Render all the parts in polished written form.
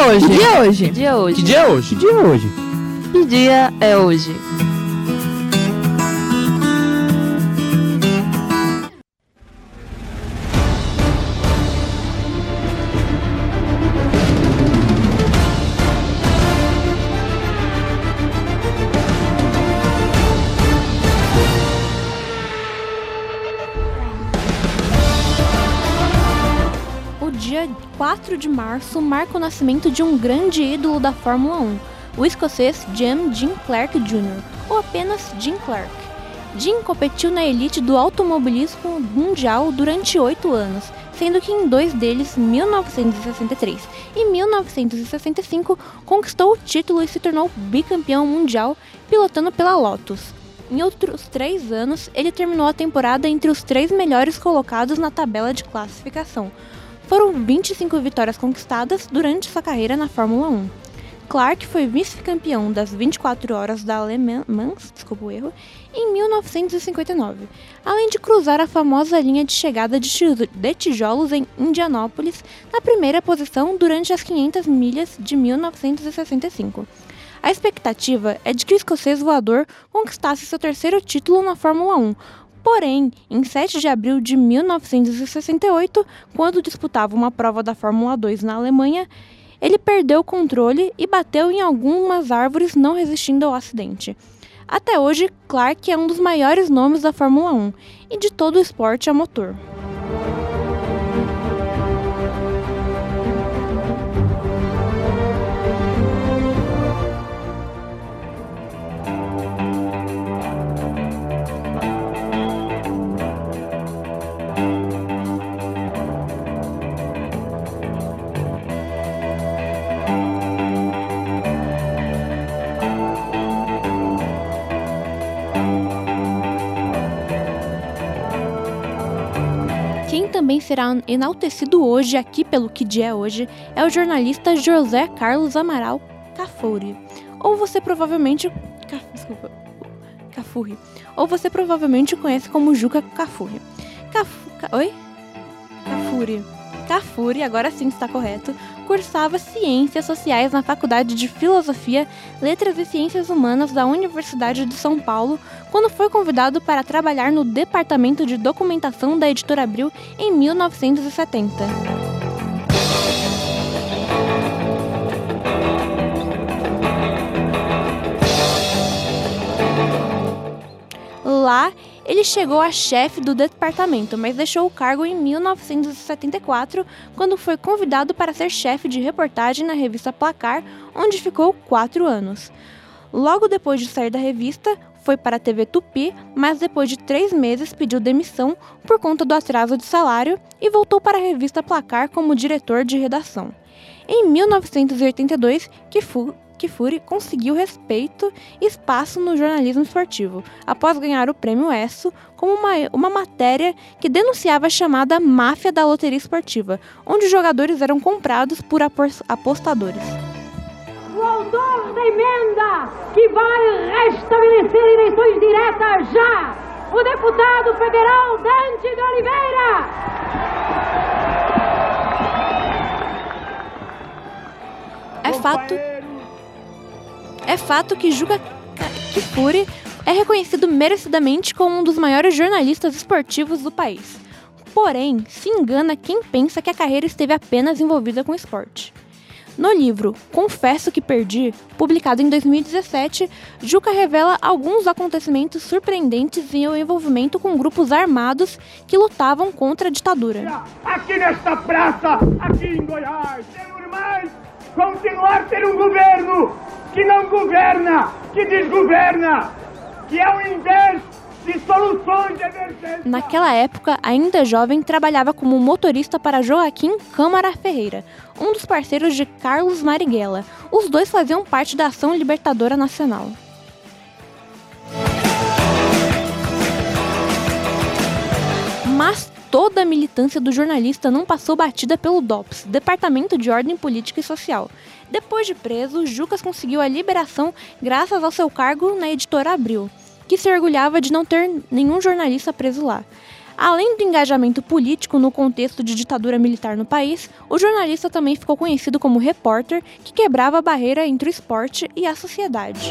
é hoje? Que dia é hoje? Que dia é hoje? Que dia é hoje? Que dia é hoje? Que dia é hoje? O dia 4 de março marca o nascimento de um grande ídolo da Fórmula 1, o escocês Jim Clark Jr., ou apenas Jim Clark. Jim competiu na elite do automobilismo mundial durante 8 anos, sendo que em 2 deles, 1963 e 1965, conquistou o título e se tornou bicampeão mundial pilotando pela Lotus. Em outros 3 anos, ele terminou a temporada entre os 3 melhores colocados na tabela de classificação. Foram 25 vitórias conquistadas durante sua carreira na Fórmula 1. Clark foi vice-campeão das 24 horas da Le Mans, em 1959, além de cruzar a famosa linha de chegada de tijolos em Indianápolis na primeira posição durante as 500 milhas de 1965. A expectativa é de que o escocês voador conquistasse seu terceiro título na Fórmula 1, porém, em 7 de abril de 1968, quando disputava uma prova da Fórmula 2 na Alemanha, ele perdeu o controle e bateu em algumas árvores, não resistindo ao acidente. Até hoje, Clark é um dos maiores nomes da Fórmula 1 e de todo o esporte a motor. Quem também será enaltecido hoje, aqui pelo Que Dia é Hoje, é o jornalista José Carlos Amaral Cafuri. Ou você provavelmente... Cafuri. Ou você provavelmente conhece como Juca Kfouri. Kfouri, agora sim está correto, cursava Ciências Sociais na Faculdade de Filosofia, Letras e Ciências Humanas da Universidade de São Paulo, quando foi convidado para trabalhar no Departamento de Documentação da Editora Abril em 1970. Lá, ele chegou a chefe do departamento, mas deixou o cargo em 1974, quando foi convidado para ser chefe de reportagem na revista Placar, onde ficou 4 anos. Logo depois de sair da revista, foi para a TV Tupi, mas depois de 3 meses pediu demissão por conta do atraso de salário e voltou para a revista Placar como diretor de redação. Em 1982, Kfouri conseguiu respeito e espaço no jornalismo esportivo, após ganhar o Prêmio ESSO como uma matéria que denunciava a chamada máfia da loteria esportiva, onde os jogadores eram comprados por apostadores. O autor da emenda que vai restabelecer eleições diretas já, o deputado federal Dante de Oliveira. É fato que Juca Kfouri é reconhecido merecidamente como um dos maiores jornalistas esportivos do país. Porém, se engana quem pensa que a carreira esteve apenas envolvida com esporte. No livro Confesso que Perdi, publicado em 2017, Juca revela alguns acontecimentos surpreendentes em seu envolvimento com grupos armados que lutavam contra a ditadura. Aqui nesta praça, aqui em Goiás, temos mais continuar a ter um governo que não governa, que desgoverna, que ao invés de soluções de emergência... Naquela época, ainda jovem, trabalhava como motorista para Joaquim Câmara Ferreira, um dos parceiros de Carlos Marighella. Os dois faziam parte da Ação Libertadora Nacional. Mas toda a militância do jornalista não passou batida pelo DOPS, Departamento de Ordem Política e Social. Depois de preso, Jucas conseguiu a liberação graças ao seu cargo na Editora Abril, que se orgulhava de não ter nenhum jornalista preso lá. Além do engajamento político no contexto de ditadura militar no país, o jornalista também ficou conhecido como repórter que quebrava a barreira entre o esporte e a sociedade.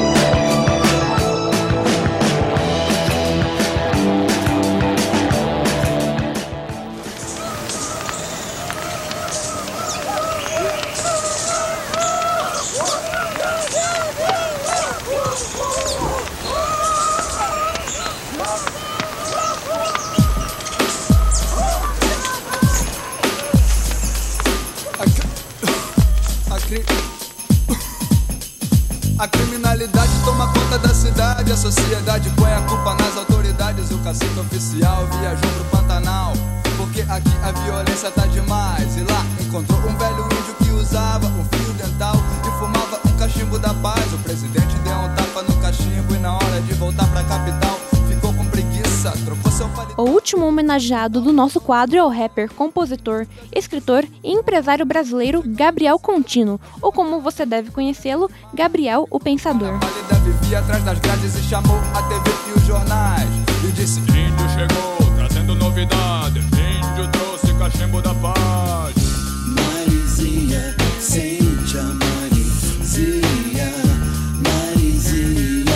A criminalidade toma conta da cidade, a sociedade põe a culpa nas autoridades. O cacique oficial viajou pro Pantanal, porque aqui a violência tá demais. E lá encontrou um velho índio que usava um fio dental e fumava um cachimbo da paz. O presidente deu um tapa no cachimbo e na hora de voltar pra capital ficou com preguiça, trocou seu palito. O último homenageado do nosso quadro é o rapper, compositor, escritor e empresário brasileiro Gabriel Contino, ou como você deve conhecê-lo, Gabriel o Pensador. A vivia atrás das grades e chamou a TV e os jornais e disse: índio chegou, trazendo novidade, índio trouxe cachimbo da paz. Marizinha, sente a Marizinha, Marizinha,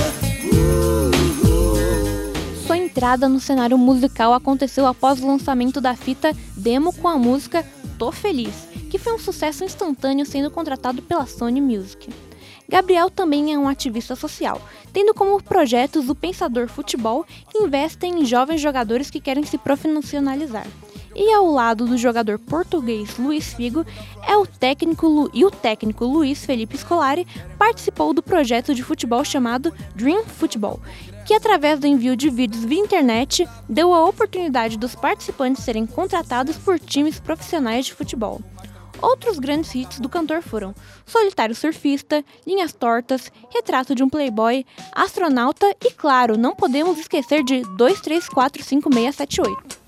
Sua entrada no cenário musical aconteceu após o lançamento da fita demo com a música Tô Feliz, que foi um sucesso instantâneo sendo contratado pela Sony Music. Gabriel também é um ativista social, tendo como projetos o Pensador Futebol, que investe em jovens jogadores que querem se profissionalizar. E ao lado do jogador português Luiz Figo, o técnico Luiz Felipe Scolari participou do projeto de futebol chamado Dream Futebol, que através do envio de vídeos via internet deu a oportunidade dos participantes serem contratados por times profissionais de futebol. Outros grandes hits do cantor foram Solitário Surfista, Linhas Tortas, Retrato de um Playboy, Astronauta e, claro, não podemos esquecer de 2345678.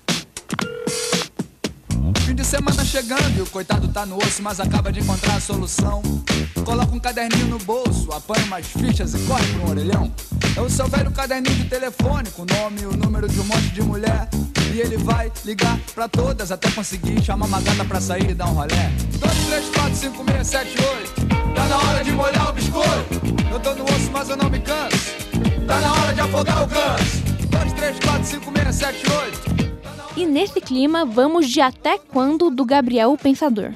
Fim de semana chegando e o coitado tá no osso, mas acaba de encontrar a solução. Coloca um caderninho no bolso, apanha umas fichas e corre pro orelhão. É o seu velho caderninho de telefone, com o nome e o número de um monte de mulher. E ele vai ligar pra todas até conseguir chamar uma gata pra sair e dar um rolé. 2, 3, 4, 5, 6, 7, 8. Tá na hora de molhar o biscoito. Eu tô no osso, mas eu não me canso. Tá na hora de afogar o ganso. 2, 3, 4, 5, 6, 7, 8. E nesse clima, vamos de Até Quando, do Gabriel o Pensador.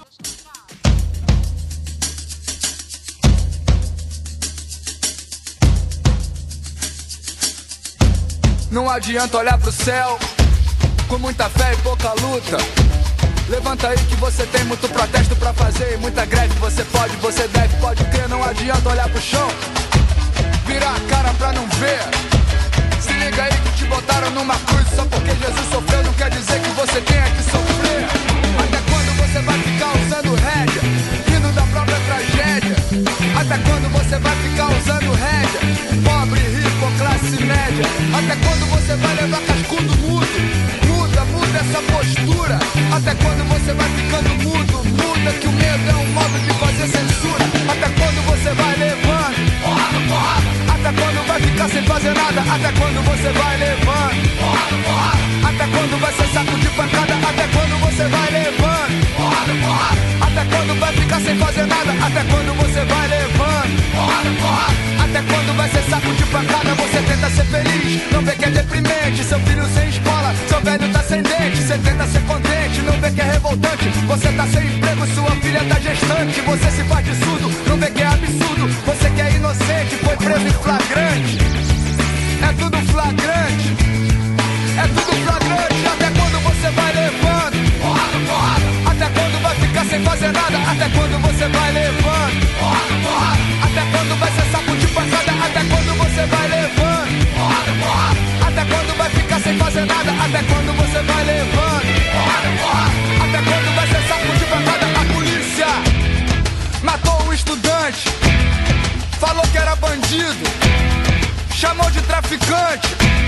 Não adianta olhar pro céu com muita fé e pouca luta. Levanta aí que você tem muito protesto pra fazer e muita greve. Você pode, você deve, pode crer. Não adianta olhar pro chão, virar a cara pra não ver. Se liga aí que te botaram numa cruz. Só porque Jesus sofreu não quer dizer que você tenha que sofrer. Até quando você vai ficar usando rédea, rindo da própria tragédia? Até quando você vai ficar usando rédea, pobre, rico ou classe média? Até quando você vai levar cascudo mudo? Muda essa postura. Até quando você vai ficando mudo? Muda que o medo é um modo de fazer censura. Até quando você vai levando porrada, porrada? Até quando vai ficar sem fazer nada? Até quando você vai levando porrada, porrada? Até quando vai ser saco de pancada? Até quando você vai levando porrada, porrada? Até quando vai ficar sem fazer nada? Até quando você vai levando porrada, porrada? Até quando vai ser saco de pancada? Você tenta ser feliz, não vê que é deprimente. Seu filho sem escola, seu velho tá sem dente. Você tenta ser contente, não vê que é revoltante. Você tá sem emprego, sua filha tá gestante. Você se faz de surdo, não vê que é absurdo. Você que é inocente, foi preso em flagrante. É tudo flagrante, é tudo flagrante. Até quando você vai levando porrada, porrada? Até quando vai ficar sem fazer nada? Até quando você vai levando porrada, porrada? Até quando vai ser saco de pancada? Até quando você vai levando porrada, porrada? Até quando vai ficar sem fazer nada? Até quando você vai levando porrada, porrada? Até quando vai ser saco de pancada? A polícia matou um estudante, falou que era bandido, chamou de traficante.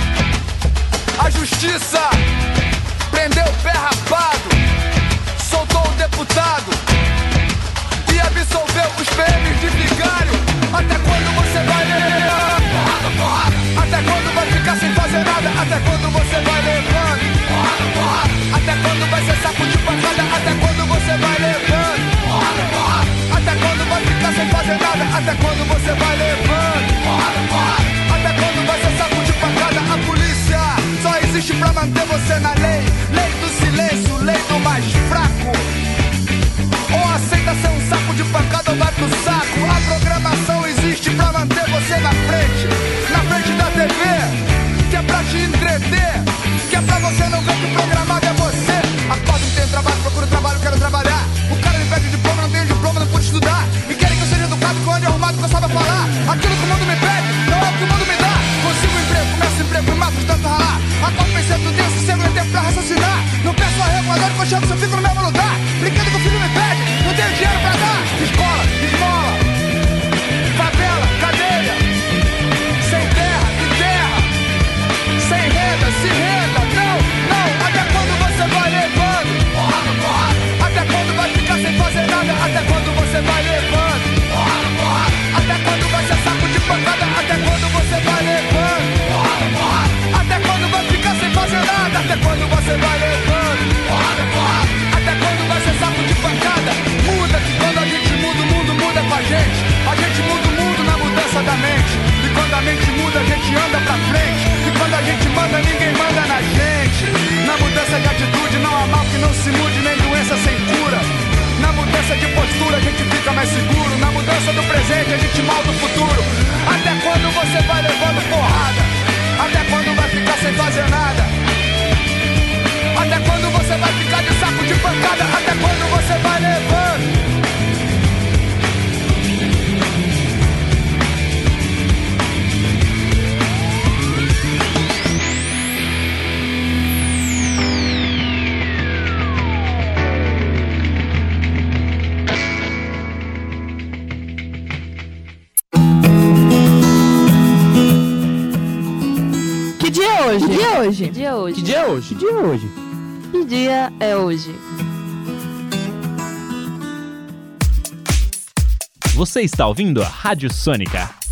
A justiça prendeu o pé rapado, soltou o deputado e absolveu os PMs de vigário. Até quando você vai levar porrada, porrada? Até quando vai ficar sem fazer nada? Até Até quando você vai levando? Até quando vai ser saco de pancada? Até quando você vai levando? Até quando vai ficar sem fazer nada? Até quando você vai levando? Até quando vai ser saco de pancada? A polícia só existe pra manter você na lei. Lei do silêncio, lei do mais fraco. Ou aceita ser um saco de pancada ou vai pro saco. A programação existe pra manter você na frente da TV, que é pra te entreter, que é pra você não ver que programado é você. Acordo, não tenho trabalho, procuro trabalho, quero trabalhar. O cara me pede diploma, não tenho diploma, não pude estudar. E querem que eu seja educado, com olho arrumado, que eu saiba falar. Aquilo que o mundo me pede, não é o que o mundo me dá. Consigo emprego, começo emprego e mato de tanto ralar. Acordo pensando, tenho sossego, nem tempo pra raciocinar. Não peço arrego, agora que eu chego, só fico no mesmo lugar. Brincando que o filho me pede, não tenho dinheiro pra dar. Escola, esmola, favela, cadeia. Sem terra, de terra. Sem renda, se renda. Não, não, até quando você vai levando? Até quando vai ficar sem fazer nada? Até quando você vai levando? Até quando vai ser saco de pancada? Até quando você vai levando? Até quando vai ficar sem fazer nada? Até quando você vai levando? Até quando vai ser saco de pancada? Muda que quando a gente muda, o mundo muda com a gente. A gente muda o mundo na mudança da mente. E quando a mente muda, a gente anda pra frente. E quando a gente manda, ninguém manda na gente. Na mudança de atitude não há mal que não se mude, nem doença sem cura. Na mudança de postura a gente fica mais seguro. Na mudança do presente a gente molda o futuro. Até quando você vai levando porrada? Até quando vai ficar sem fazer nada? Até quando você vai ficar de saco de pancada? Até quando você vai levando? Que dia é hoje? Que dia é hoje? Que dia é hoje? Que dia é hoje? Que dia é hoje? Que dia é hoje? Você está ouvindo a Rádio Sônica.